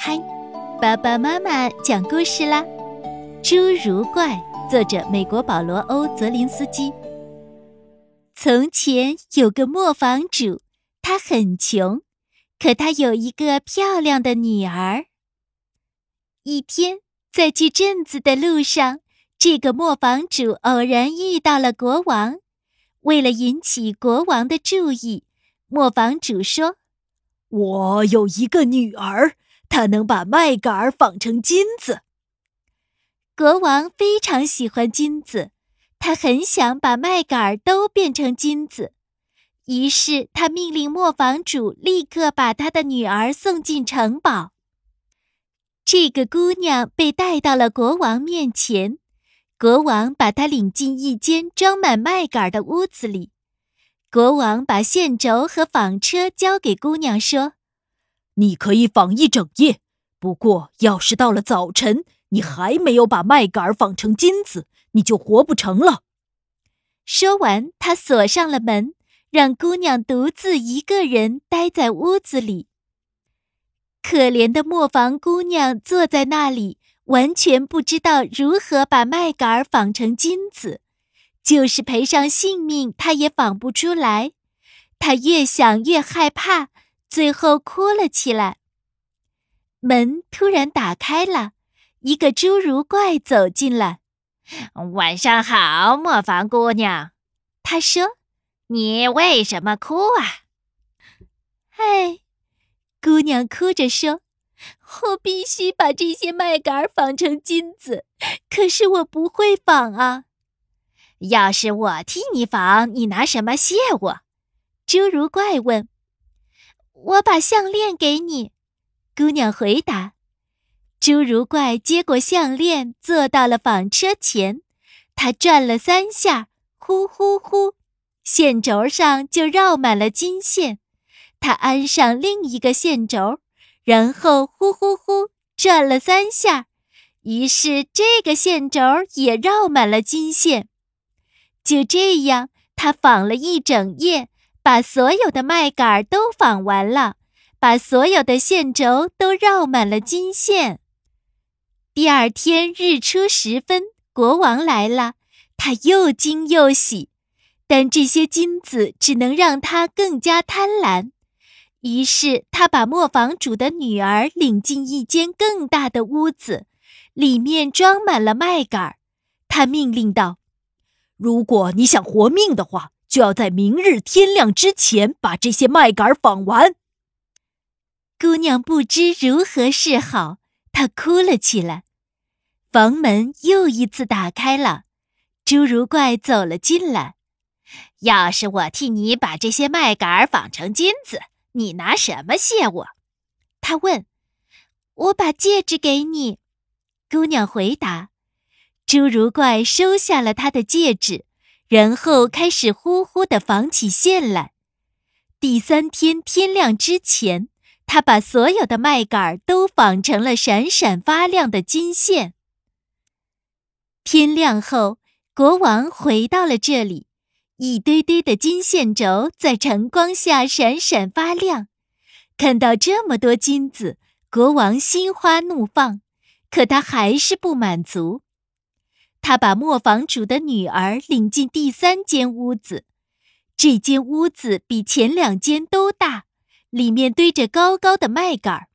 嗨，爸爸妈妈讲故事啦！侏儒怪，作者美国保罗·欧泽林斯基。从前有个磨坊主，他很穷，可他有一个漂亮的女儿。一天，在去镇子的路上，这个磨坊主偶然遇到了国王。为了引起国王的注意，磨坊主说：“ 我有一个女儿，她能把麦秆纺成金子。” 国王非常喜欢金子，他很想把麦秆都变成金子。于是他命令磨坊主立刻把他的女儿送进城堡。这个姑娘被带到了国王面前，国王把她领进一间装满麦秆的屋子里。国王把线轴和纺车交给姑娘说：“ 你可以纺一整夜，不过要是到了早晨，你还没有把麦秆纺成金子，你就活不成了。” 说完，他锁上了门，让姑娘独自一个人待在屋子里。可怜的磨坊姑娘坐在那里，完全不知道如何把麦秆纺成金子，就是赔上性命，她也纺不出来。她越想越害怕，最后哭了起来。门突然打开了，一个侏儒怪走进来。 “晚上好，磨坊姑娘。” 他说，“ 你为什么哭啊？” 哎，姑娘哭着说，“我必须把这些麦秆纺成金子，可是我不会纺啊。”“ 要是我替你纺，你拿什么谢我？” 侏儒怪问。“我把项链给你。”姑娘回答。侏儒怪接过项链，坐到了纺车前，他转了3下，呼呼呼，线轴上就绕满了金线。他安上另一个线轴，然后呼呼呼转了3下，于是这个线轴也绕满了金线。就这样，他纺了一整夜，把所有的麦秆都纺完了，把所有的线轴都绕满了金线。第二天日出时分，国王来了，他又惊又喜，但这些金子只能让他更加贪婪。于是他把磨坊主的女儿领进一间更大的屋子，里面装满了麦秆。他命令道：“ 如果你想活命的话，就要在明日天亮之前把这些麦秆纺完。” 姑娘不知如何是好，她哭了起来。房门又一次打开了，侏儒怪走了进来。 “要是我替你把这些麦秆纺成金子，你拿什么谢我？” 他问。“我把戒指给你。”姑娘回答。侏儒怪收下了她的戒指，然后开始呼呼地纺起线来。第3天天亮之前，他把所有的麦秆都纺成了闪闪发亮的金线。天亮后，国王回到了这里，一堆堆的金线轴在晨光下闪闪发亮。看到这么多金子，国王心花怒放，可他还是不满足。他把磨坊主的女儿领进第3间屋子，这间屋子比前2间都大，里面堆着高高的麦秆。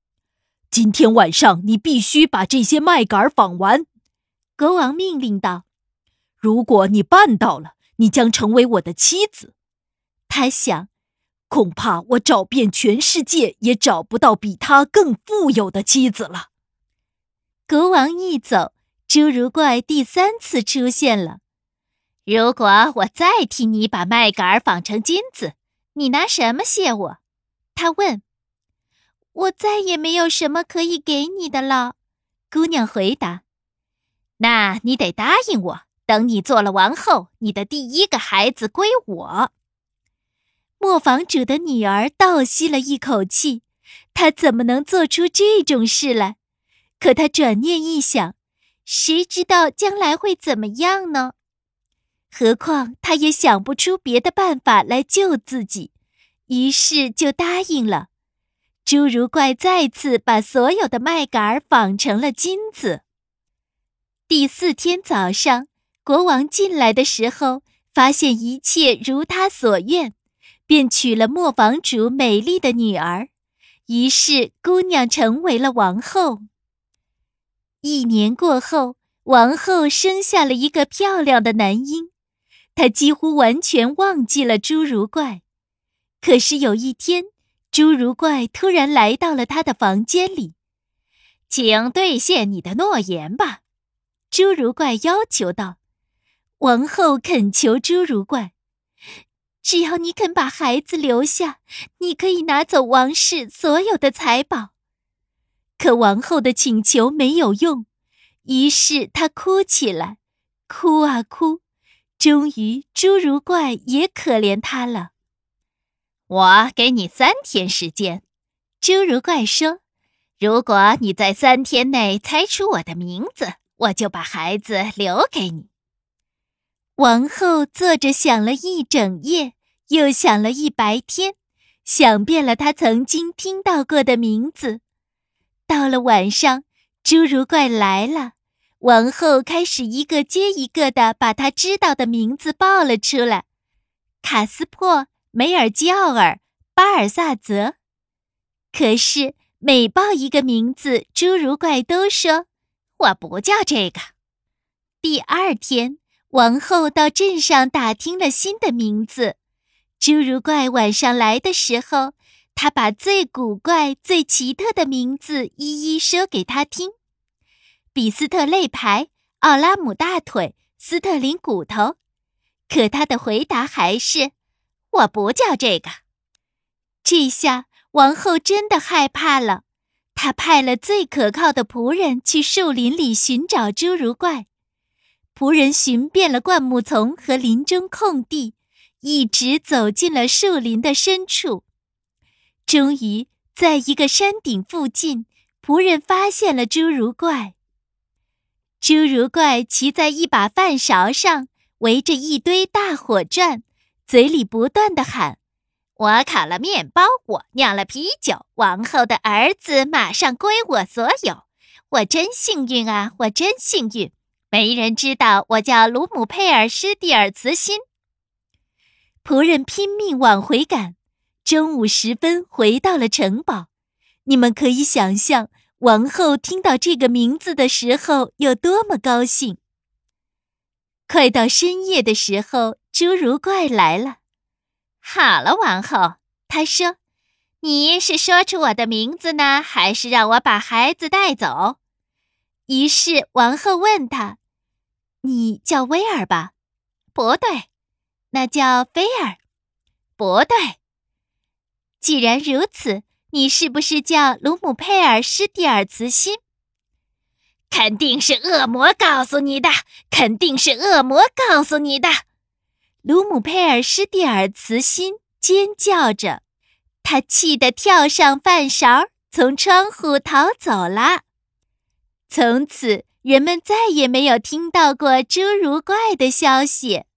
“今天晚上你必须把这些麦秆纺完。” 国王命令道。 “如果你办到了，你将成为我的妻子。” 他想， 恐怕我找遍全世界也找不到比她更富有的妻子了。 国王一走，侏儒怪第3次出现了。 “如果我再替你把麦秆纺成金子，你拿什么谢我？” 他问。“我再也没有什么可以给你的了。”姑娘回答。 “那你得答应我，等你做了王后，你的第1个孩子归我。” 磨坊主的女儿倒吸了一口气，她怎么能做出这种事来？可她转念一想，谁知道将来会怎么样呢？何况她也想不出别的办法来救自己，于是就答应了。 侏儒怪再次把所有的麦秆纺成了金子。第4天早上，国王进来的时候，发现一切如他所愿，便娶了磨坊主美丽的女儿，于是姑娘成为了王后。1年过后，王后生下了一个漂亮的男婴，她几乎完全忘记了侏儒怪。可是有一天，侏儒怪突然来到了她的房间里。 请兑现你的诺言吧， 侏儒怪要求道。王后恳求侏儒怪，只要你肯把孩子留下，你可以拿走王室所有的财宝。可王后的请求没有用，于是她哭起来，哭啊哭，终于侏儒怪也可怜她了。 我给你3天时间， 侏儒怪说， 如果你在3天内猜出我的名字，我就把孩子留给你。 王后坐着想了一整夜，又想了一白天，想遍了她曾经听到过的名字。到了晚上，侏儒怪来了，王后开始一个接一个地把她知道的名字报了出来：卡斯珀、梅尔基奥尔、巴尔萨泽。可是每报一个名字，侏儒怪都说我不叫这个。 第2天，王后到镇上打听了新的名字。侏儒怪晚上来的时候，他把最古怪、最奇特的名字一一说给他听：比斯特肋排、奥拉姆大腿、斯特林骨头。可他的回答还是我不叫这个。 这下王后真的害怕了，她派了最可靠的仆人去树林里寻找侏儒怪。仆人寻遍了灌木丛和林中空地，一直走进了树林的深处。终于，在一个山顶附近，仆人发现了侏儒怪。侏儒怪骑在一把饭勺上，围着一堆大火转，嘴里不断地喊： 我烤了面包，我酿了啤酒，王后的儿子马上归我所有。我真幸运啊，我真幸运。没人知道我叫鲁姆佩尔施蒂尔茨辛。 仆人拼命往回赶，中午时分回到了城堡。你们可以想象，王后听到这个名字的时候有多么高兴。快到深夜的时候，侏儒怪来了。 好了，王后，他说，你是说出我的名字呢，还是让我把孩子带走？ 于是王后问他，你叫威尔吧？ 不对。 那叫菲尔？ 不对。 既然如此，你是不是叫鲁姆佩尔施蒂尔茨辛？ 肯定是恶魔告诉你的，肯定是恶魔告诉你的。 鲁姆佩尔施蒂尔茨辛尖叫着，他气得跳上饭勺，从窗户逃走了。从此，人们再也没有听到过侏儒怪的消息。